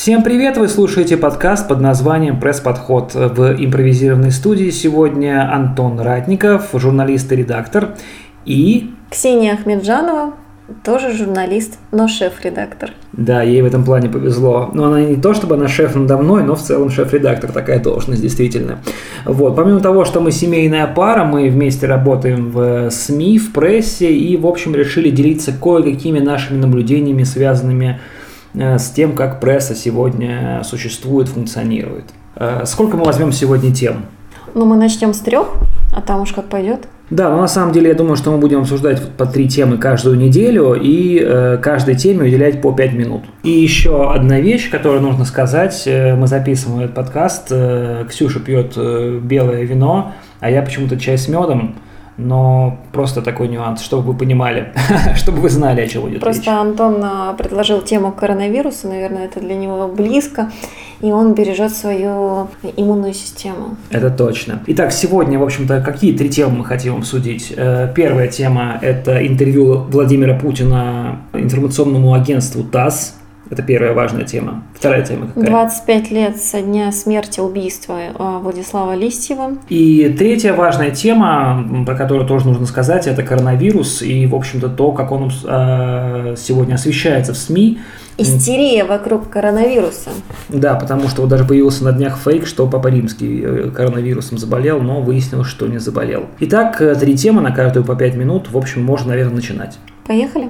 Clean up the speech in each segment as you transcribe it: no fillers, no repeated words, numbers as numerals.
Всем привет! Вы слушаете подкаст под названием «Пресс-подход». В импровизированной студии сегодня Антон Ратников, журналист и редактор, и... Ксения Ахмеджанова, тоже журналист, но шеф-редактор. Да, ей в этом плане повезло. Но она не то, чтобы она шеф надо мной, но в целом шеф-редактор, такая должность, действительно. Вот. Помимо того, что мы семейная пара, мы вместе работаем в СМИ, в прессе и, в общем, решили делиться кое-какими нашими наблюдениями, связанными с тем, как пресса сегодня существует, функционирует. Сколько мы возьмем сегодня тем? Мы начнем с 3, а там уж как пойдет. Да, но на самом деле я думаю, что мы будем обсуждать по 3 темы каждую неделю и каждой теме уделять по 5 минут. И еще одна вещь, которую нужно сказать. Мы записываем этот подкаст, Ксюша пьет белое вино, а я почему-то чай с медом. Но просто такой нюанс, чтобы вы понимали, чтобы вы знали, о чем идет Просто речь. Антон предложил тему коронавируса, наверное, это для него близко, и он бережет свою иммунную систему. Это точно. Итак, сегодня, в общем-то, какие 3 темы мы хотим обсудить? Первая тема – это интервью Владимира Путина информационному агентству ТАСС. Это первая важная тема. Вторая тема какая? 25 лет со дня смерти, убийства Владислава Листьева. И третья важная тема, про которую тоже нужно сказать, это коронавирус и, в общем-то, то, как он сегодня освещается в СМИ. Истерия вокруг коронавируса. Да, потому что вот даже появился на днях фейк, что Папа Римский коронавирусом заболел, но выяснилось, что не заболел. Итак, 3 темы, на каждую по 5 минут. В общем, можно, наверное, начинать. Поехали.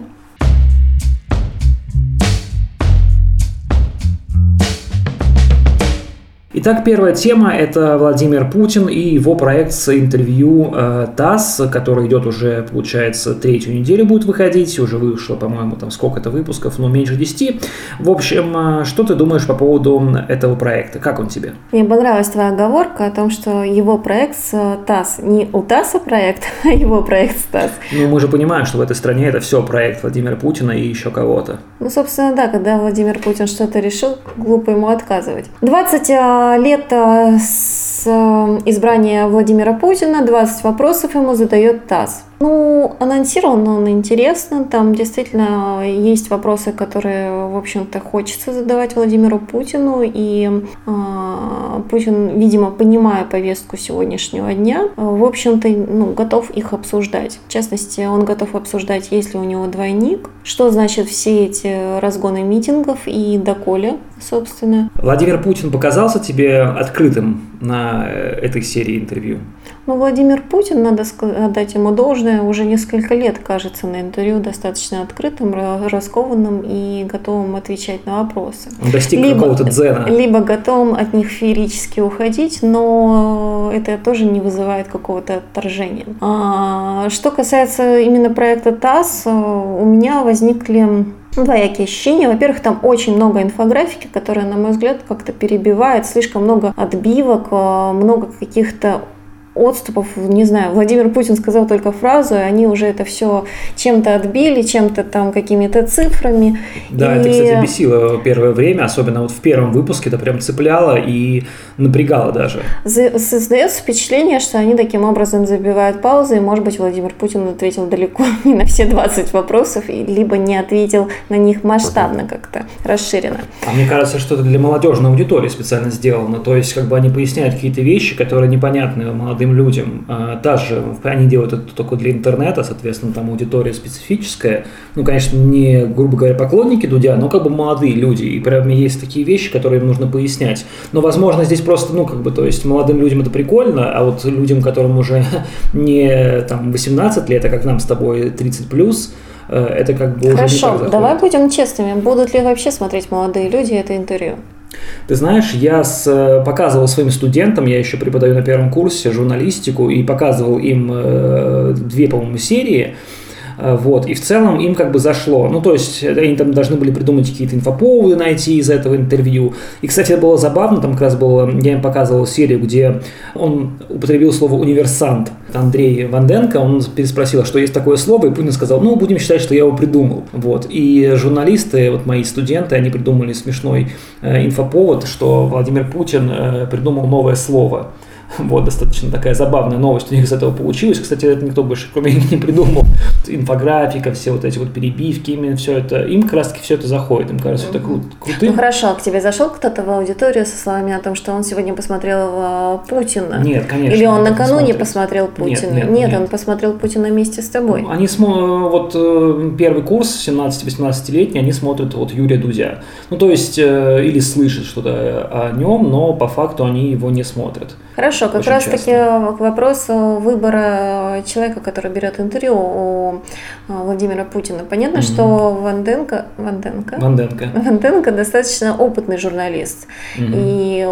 Итак, первая тема – это Владимир Путин и его проект с интервью ТАСС, который идет уже, получается, 3-ю неделю будет выходить, уже вышло, по-моему, там сколько-то выпусков, но меньше 10. В общем, что ты думаешь по поводу этого проекта? Как он тебе? Мне понравилась твоя оговорка о том, что его проект с ТАСС, не у ТАССа проект, а его проект с ТАСС. Ну, мы же понимаем, что в этой стране это все проект Владимира Путина и еще кого-то. Ну, собственно, да, когда Владимир Путин что-то решил, глупо ему отказывать. 20 лет с избрания Владимира Путина, 20 вопросов ему задает ТАСС. Ну, анонсирован он интересно, там действительно есть вопросы, которые, в общем-то, хочется задавать Владимиру Путину, и Путин, видимо, понимая повестку сегодняшнего дня, в общем-то, готов их обсуждать. В частности, он готов обсуждать, есть ли у него двойник, что значит все эти разгоны митингов и доколе, собственно. Владимир Путин показался тебе открытым на этой серии интервью? Ну, Владимир Путин, надо отдать ему должное, уже несколько лет кажется на интервью достаточно открытым, раскованным и готовым отвечать на вопросы. Он достиг какого-то дзена. Либо готовым от них феерически уходить, но это тоже не вызывает какого-то отторжения. Что касается именно проекта ТАСС, у меня возникли двоякие ощущения. Во-первых, там очень много инфографики, которая, на мой взгляд, как-то перебивает, слишком много отбивок, много каких-то отступов, не знаю, Владимир Путин сказал только фразу, и они уже это все чем-то отбили, чем-то там какими-то цифрами. Да, это, кстати, бесило первое время, особенно вот в первом выпуске, это прям цепляло и напрягало даже. Создается впечатление, что они таким образом забивают паузы, и, может быть, Владимир Путин ответил далеко не на все 20 вопросов, либо не ответил на них масштабно как-то, расширенно. А мне кажется, что это для молодежной аудитории специально сделано, то есть как бы они поясняют какие-то вещи, которые непонятны молодым людям. Даже они делают это только для интернета, соответственно, там аудитория специфическая. Ну, конечно, не, грубо говоря, поклонники Дудя, но как бы молодые люди. И прям есть такие вещи, которые им нужно пояснять. Но, возможно, здесь просто, то есть молодым людям это прикольно, а вот людям, которым уже не там 18 лет, а как нам с тобой 30+, это как бы уже не так заходит. Хорошо, давай будем честными. Будут ли вообще смотреть молодые люди это интервью? Ты знаешь, я показывал своим студентам, я еще преподаю на первом курсе журналистику, и показывал им 2, по-моему, серии. Вот, и в целом им как бы зашло. Ну, то есть, они там должны были придумать какие-то инфоповоды найти из этого интервью. И, кстати, это было забавно, там как раз было, я им показывал серию, где он употребил слово «универсант». Андрей Ванденко, он переспросил, что есть такое слово, и Путин сказал, будем считать, что я его придумал. Вот, и журналисты, вот мои студенты, они придумали смешной инфоповод, что Владимир Путин придумал новое слово. Вот, достаточно такая забавная новость у них из этого получилась. Кстати, это никто больше, кроме них, не придумал. Инфографика, все вот эти вот перебивки, именно все это, им как раз-таки все это заходит, им кажется, это крутым. Ну хорошо, к тебе зашел кто-то в аудиторию со словами о том, что он сегодня посмотрел Путина? Нет, конечно. Или он накануне посмотрел Путина? Нет, он посмотрел Путина вместе с тобой. Они вот первый курс, 17-18-летний, они смотрят вот Юрия Дудя. Ну, то есть, или слышат что-то о нем, но по факту они его не смотрят. Хорошо, как раз таки к вопросу выбора человека, который берет интервью у Владимира Путина. Понятно, что Ванденко достаточно опытный журналист. И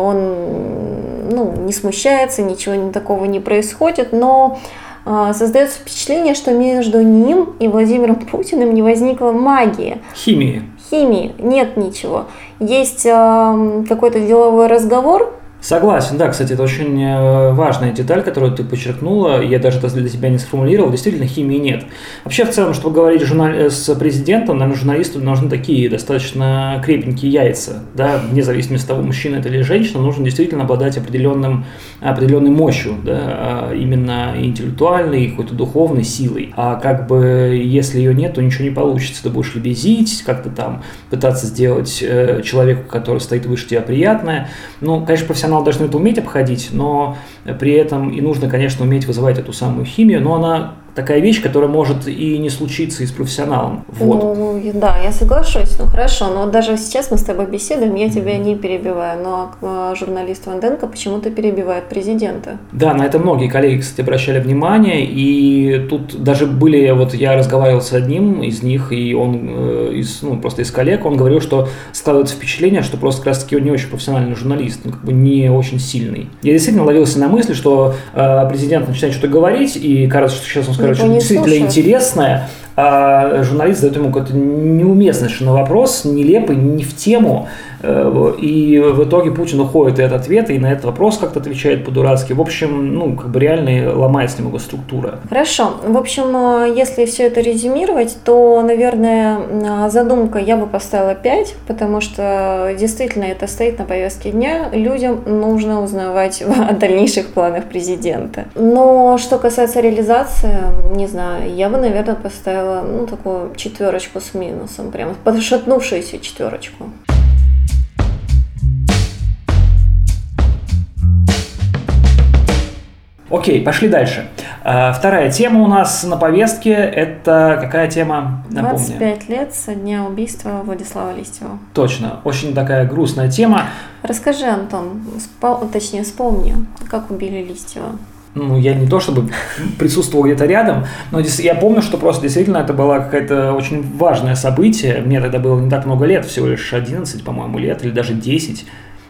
он не смущается, ничего такого не происходит, но создается впечатление, что между ним и Владимиром Путиным не возникла магии. Химии нет ничего. Есть какой-то деловой разговор. Согласен, да, кстати, это очень важная деталь, которую ты подчеркнула, я даже это для тебя не сформулировал, действительно, химии нет. Вообще, в целом, чтобы говорить с президентом, наверное, журналисту нужны такие достаточно крепенькие яйца, да, вне зависимости от того, мужчина это или женщина, нужно действительно обладать определенной мощью, да, именно интеллектуальной, какой-то духовной силой, а как бы, если ее нет, то ничего не получится, ты будешь лебезить, как-то там пытаться сделать человеку, который стоит выше тебя, приятное, ну, конечно, профессионал должен это уметь обходить, но при этом и нужно, конечно, уметь вызывать эту самую химию, но она такая вещь, которая может и не случиться и с профессионалом. Вот. Ну, да, я соглашусь. Ну, хорошо, но даже сейчас мы с тобой беседуем, я тебя не перебиваю, но журналист Ванденко почему-то перебивает президента. Да, на это многие коллеги, кстати, обращали внимание, и тут даже были, вот я разговаривал с одним из них, и он просто из коллег, он говорил, что складывается впечатление, что просто как раз-таки он не очень профессиональный журналист, как бы не очень сильный. Я действительно ловился на мысли, что президент начинает что-то говорить, и кажется, что сейчас он скажет что-то действительно интересное, а журналист задает ему какой-то неуместный на вопрос, нелепый, не в тему, и в итоге Путин уходит от ответа, и на этот вопрос как-то отвечает по-дурацки. В общем, реально ломается немного структура. Хорошо. В общем, если все это резюмировать, то, наверное, задумка я бы поставила 5, потому что действительно это стоит на повестке дня. Людям нужно узнавать о дальнейших планах президента. Но что касается реализации, не знаю, я бы, наверное, поставила такую 4 с минусом, прям подшатнувшуюся 4. Окей, пошли дальше. Вторая тема у нас на повестке – это какая тема? Напомни. 25 лет со дня убийства Владислава Листьева. Точно, очень такая грустная тема. Расскажи, Антон, вспомни, как убили Листьева. Я не то чтобы присутствовал где-то рядом, но я помню, что просто действительно это было какое-то очень важное событие. Мне тогда было не так много лет, всего лишь 11, по-моему, лет, или даже 10.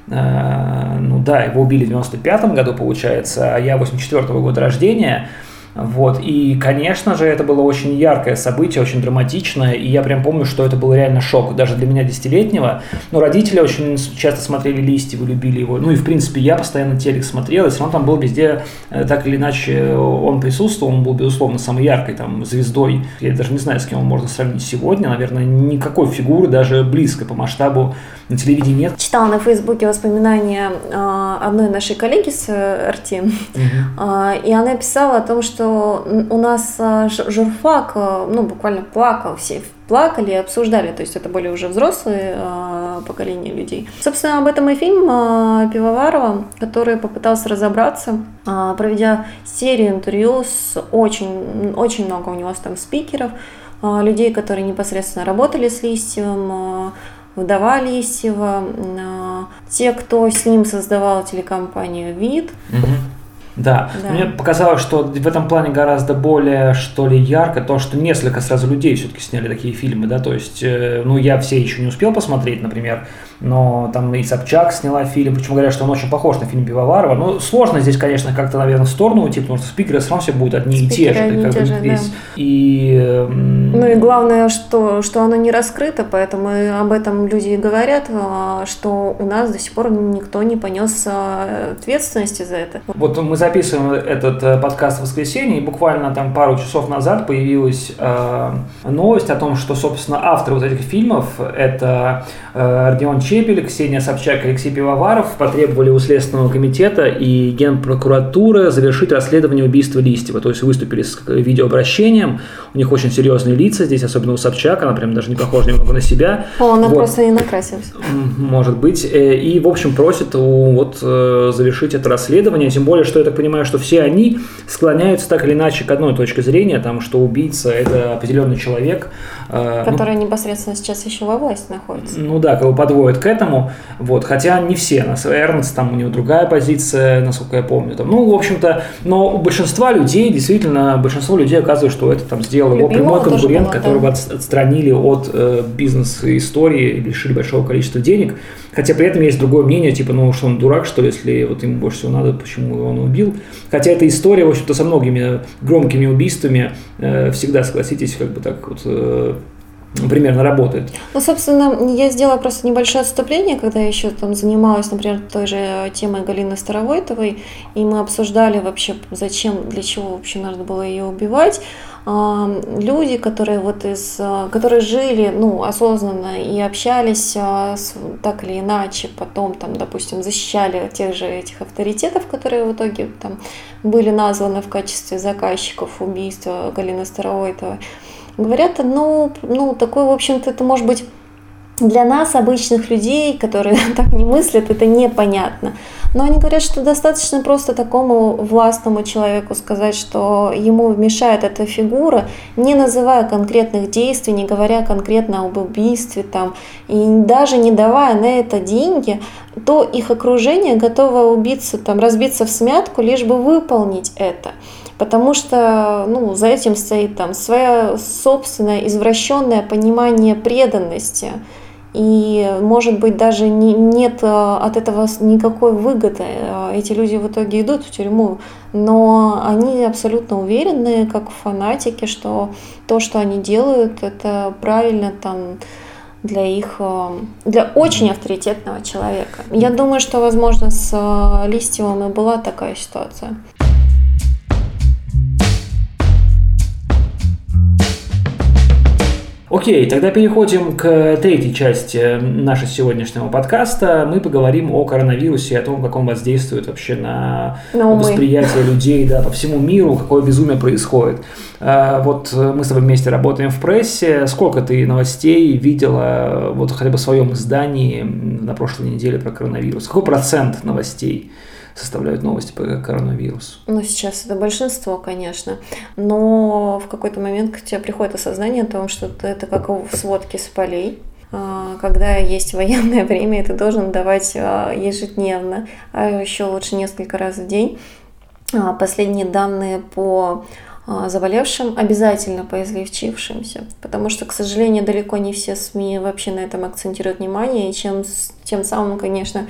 Его убили в 95-м году, получается, а я 84-го года рождения. Вот. И, конечно же, это было очень яркое событие, очень драматичное, и я прям помню, что это был реально шок, даже для меня 10-летнего. Но родители очень часто смотрели Листьева, любили его. Ну и, в принципе, я постоянно телек смотрел, и все равно там был везде, так или иначе, он присутствовал, он был, безусловно, самой яркой там звездой. Я даже не знаю, с кем его можно сравнить сегодня, наверное, никакой фигуры, даже близко по масштабу на телевидении нет. Читала на Фейсбуке воспоминания одной нашей коллеги с РТ, и она писала о том, что у нас журфак, буквально плакал, все плакали и обсуждали, то есть это были уже взрослые поколения людей. Собственно, об этом и фильм Пивоварова, который попытался разобраться, проведя серию интервью с очень много у него там спикеров, людей, которые непосредственно работали с Листьевым, вдова Листьева, те, кто с ним создавал телекомпанию «Вид». Да. Мне показалось, что в этом плане гораздо более, что ли, ярко то, что несколько сразу людей все-таки сняли такие фильмы, да, то есть, я все еще не успел посмотреть, например, но там и Собчак сняла фильм, причем говорят, что он очень похож на фильм Пивоварова, сложно здесь, конечно, как-то, наверное, в сторону уйти, потому что спикеры все равно все будут одни и те же, здесь. Да. И главное, что оно не раскрыто, поэтому об этом люди и говорят, что у нас до сих пор никто не понес ответственности за это. Вот мы записываем этот подкаст в воскресенье, и буквально там пару часов назад появилась новость о том, что, собственно, авторы вот этих фильмов – это Родион Чепель, Ксения Собчак и Алексей Пивоваров потребовали у Следственного комитета и Генпрокуратуры завершить расследование убийства Листьева. То есть выступили с видеообращением. У них очень серьезные лица здесь, особенно у Собчак. Она прям даже не похожа немного на себя. Она просто не накрасилась. Может быть. И, в общем, просят завершить это расследование. Тем более, что я так понимаю, что все они склоняются так или иначе к одной точке зрения, там, что убийца – это определенный человек. Который непосредственно сейчас еще во власти находится. Подводят к этому. Хотя не все. Эрнст, там у него другая позиция, насколько я помню. В общем-то, но у большинства людей, действительно, большинство людей оказывает, что это там сделал его прямой конкурент, которого отстранили от бизнес-истории и лишили большого количества денег. Хотя при этом есть другое мнение, что он дурак, что ли, если ему больше всего надо, почему он убил. Хотя эта история, в общем-то, со многими громкими убийствами всегда, согласитесь, примерно работает. Собственно, я сделала просто небольшое отступление, когда я еще там занималась, например, той же темой Галины Старовойтовой, и мы обсуждали вообще, зачем, для чего вообще надо было ее убивать. Люди, которые которые жили, осознанно и общались так или иначе, потом, допустим, защищали тех же этих авторитетов, которые в итоге были названы в качестве заказчиков убийства Галины Старовойтовой, говорят, такое, в общем-то, это может быть для нас, обычных людей, которые так не мыслят, это непонятно. Но они говорят, что достаточно просто такому властному человеку сказать, что ему мешает эта фигура, не называя конкретных действий, не говоря конкретно об убийстве, и даже не давая на это деньги, то их окружение готово разбиться в смятку, лишь бы выполнить это. Потому что за этим стоит свое собственное извращенное понимание преданности. И, может быть, даже нет от этого никакой выгоды. Эти люди в итоге идут в тюрьму, но они абсолютно уверены, как фанатики, что то, что они делают, это правильно для очень авторитетного человека. Я думаю, что, возможно, с Листьевым и была такая ситуация. Окей, тогда переходим к третьей части нашего сегодняшнего подкаста. Мы поговорим о коронавирусе и о том, как он воздействует вообще на восприятие людей по всему миру, какое безумие происходит. Мы с тобой вместе работаем в прессе. Сколько ты новостей видела хотя бы в своем издании на прошлой неделе про коронавирус? Какой процент новостей составляют новости по коронавирусу? Сейчас это большинство, конечно. Но в какой-то момент к тебе приходит осознание о том, что это как в сводке с полей. Когда есть военное время, и ты должен давать ежедневно, а еще лучше несколько раз в день, последние данные по заболевшим, обязательно по излечившимся. Потому что, к сожалению, далеко не все СМИ вообще на этом акцентируют внимание, и тем самым, конечно,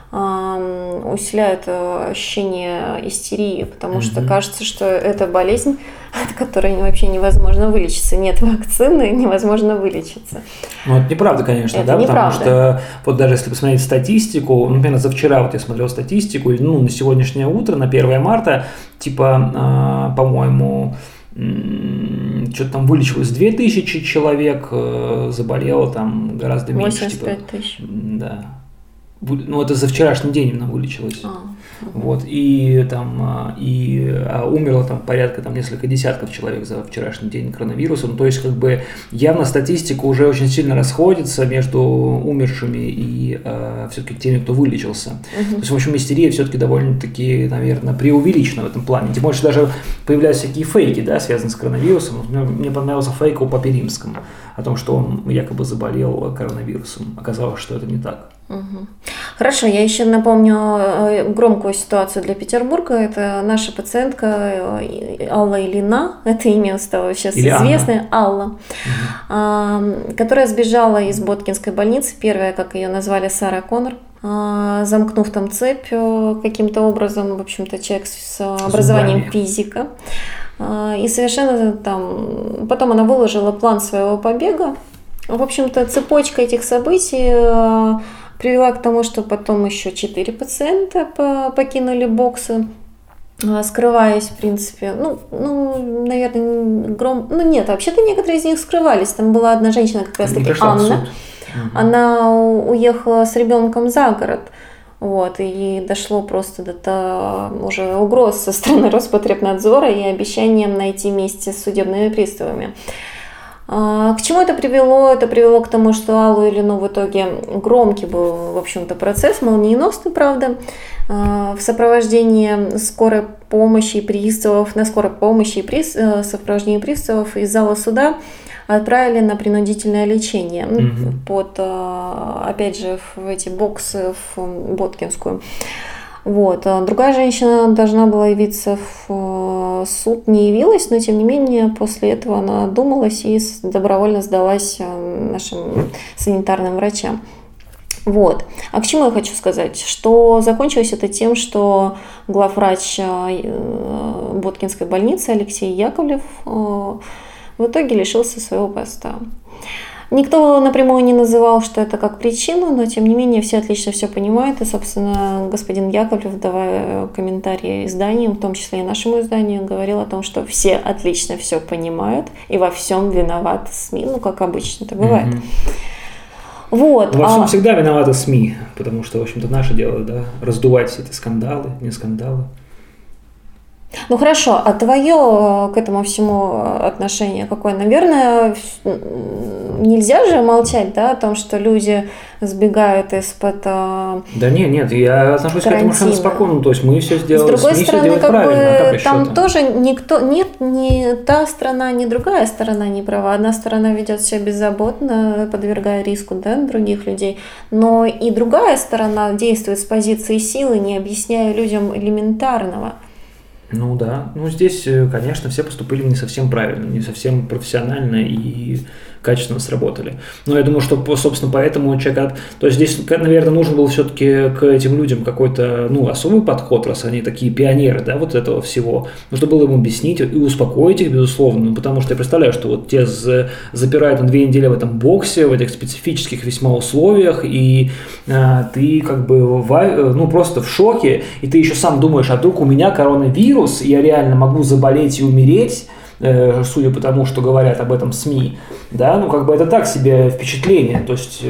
усиляют ощущение истерии, потому что кажется, что это болезнь, от которой вообще невозможно вылечиться. Нет вакцины, невозможно вылечиться. Это неправда, конечно, это неправда. Потому что даже если посмотреть статистику, например, за вчера я смотрел статистику, на сегодняшнее утро, на 1 марта, по-моему, что-то вылечилось 2000 человек, заболело гораздо меньше. 85 тысяч. Да. Это за вчерашний день именно вылечилось. И умерло порядка несколько десятков человек за вчерашний день коронавирусом. То есть явно статистика уже очень сильно расходится между умершими и все-таки теми, кто вылечился. То есть, в общем, истерия все-таки довольно-таки, наверное, преувеличена в этом плане. Тем более, что даже появляются всякие фейки, связанные с коронавирусом. Мне понравился фейк о Папе Римском, о том, что он якобы заболел коронавирусом. Оказалось, что это не так. Хорошо, я еще напомню громкую ситуацию для Петербурга. Это наша пациентка Алла Ильина, это имя стало сейчас известное, Алла, которая сбежала из Боткинской больницы, первая, как ее назвали, Сара Коннор, замкнув цепь каким-то образом, в общем-то, человек с образованием физика. И совершенно потом она выложила план своего побега. В общем-то, цепочка этих событий привела к тому, что потом еще 4 пациента покинули боксы, скрываясь, в принципе. Наверное, нет, вообще-то некоторые из них скрывались. Там была одна женщина, как раз-таки Анна. Она уехала с ребенком за город. Вот, и дошло просто до уже угроз со стороны Роспотребнадзора и обещанием найти вместе с судебными приставами. К чему это привело? Это привело к тому, что Аллу Ильину в итоге громкий был, в общем-то, процесс, молниеносный, правда, в сопровождении скорой помощи и приставов, на скорой помощи и сопровождении приставов из зала суда отправили на принудительное лечение под, опять же, в эти боксы в Боткинскую. Вот. Другая женщина должна была явиться в суд, не явилась, но тем не менее после этого она одумалась и добровольно сдалась нашим санитарным врачам. Вот. А к чему я хочу сказать? Что закончилось это тем, что главврач Боткинской больницы Алексей Яковлев в итоге лишился своего поста. Никто напрямую не называл, что это как причину, но тем не менее все отлично все понимают. И, собственно, господин Яковлев, давая комментарии изданиям, в том числе и нашему изданию, говорил о том, что все отлично все понимают и во всем виноваты СМИ, как обычно это бывает. Вот. Во всем всегда виноваты СМИ, потому что, в общем-то, наше дело, да, раздувать все эти скандалы, не скандалы. Ну хорошо, а твое к этому всему отношение какое? Наверное, нельзя же молчать, да, о том, что люди сбегают из-под Да нет, я отношусь карантина. К этому совершенно спокойно, то есть мы все сделали, с другой стороны, как правильно, бы там тоже никто, нет, ни та сторона, ни другая сторона не права. Одна сторона ведет себя беззаботно, подвергая риску, да, других людей, но и другая сторона действует с позиции силы, не объясняя людям элементарного. Ну да, здесь, конечно, все поступили не совсем правильно, не совсем профессионально и качественно сработали. Но я думаю, что, собственно, поэтому человек... То есть здесь, наверное, нужен был все-таки к этим людям какой-то, особый подход, раз они такие пионеры, да, вот этого всего. Нужно было им объяснить и успокоить их, безусловно, потому что я представляю, что вот тебя запирают на 2 недели в этом боксе, в этих специфических весьма условиях, и ты как бы просто в шоке, и ты еще сам думаешь, а вдруг у меня коронавирус, и я реально могу заболеть и умереть, судя по тому, что говорят об этом СМИ, да, это так себе впечатление, то есть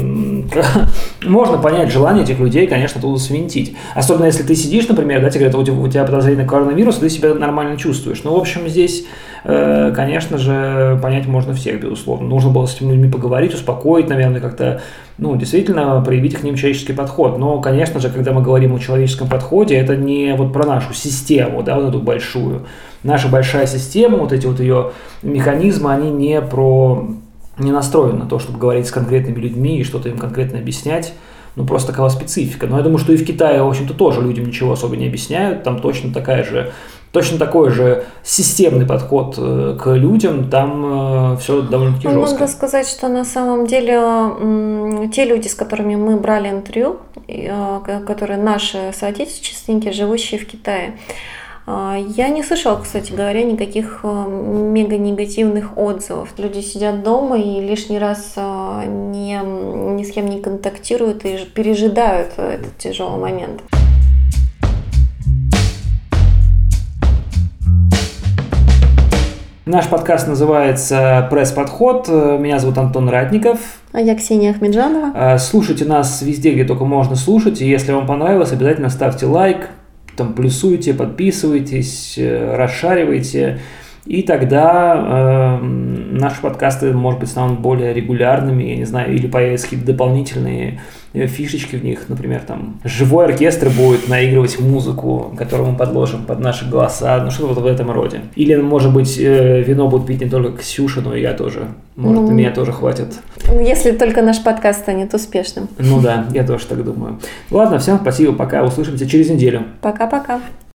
можно понять желание этих людей, конечно, оттуда свинтить, особенно если ты сидишь, например, да, тебе говорят, у тебя подозрение на коронавирус, ты себя нормально чувствуешь, в общем, здесь, конечно же, понять можно всех, безусловно, нужно было с этими людьми поговорить, успокоить, наверное, как-то, действительно проявить к ним человеческий подход, но, конечно же, когда мы говорим о человеческом подходе, это не вот про нашу систему, да, вот эту большую. Наша большая система, вот эти вот ее механизмы, они не настроены на то, чтобы говорить с конкретными людьми и что-то им конкретно объяснять. Просто такова специфика. Но я думаю, что и в Китае, в общем-то, тоже людям ничего особо не объясняют. Там точно такой же системный подход к людям, там все довольно-таки жестко. Надо сказать, что на самом деле те люди, с которыми мы брали интервью, которые наши соотечественники, живущие в Китае, я не слышала, кстати говоря, никаких мега-негативных отзывов. Люди сидят дома и лишний раз ни с кем не контактируют и пережидают этот тяжелый момент. Наш подкаст называется «Пресс-подход». Меня зовут Антон Ратников. А я Ксения Ахмеджанова. Слушайте нас везде, где только можно слушать. И если вам понравилось, обязательно ставьте лайк, плюсуйте, подписывайтесь, расшаривайте. И тогда наши подкасты, может быть, станут более регулярными, я не знаю, или появятся какие-то дополнительные фишечки в них, например, живой оркестр будет наигрывать музыку, которую мы подложим под наши голоса, что-то в этом роде. Или, может быть, вино будут пить не только Ксюша, но и я тоже. Может, меня тоже хватит. Если только наш подкаст станет успешным. Да, я тоже так думаю. Ладно, всем спасибо, пока, услышимся через неделю. Пока-пока.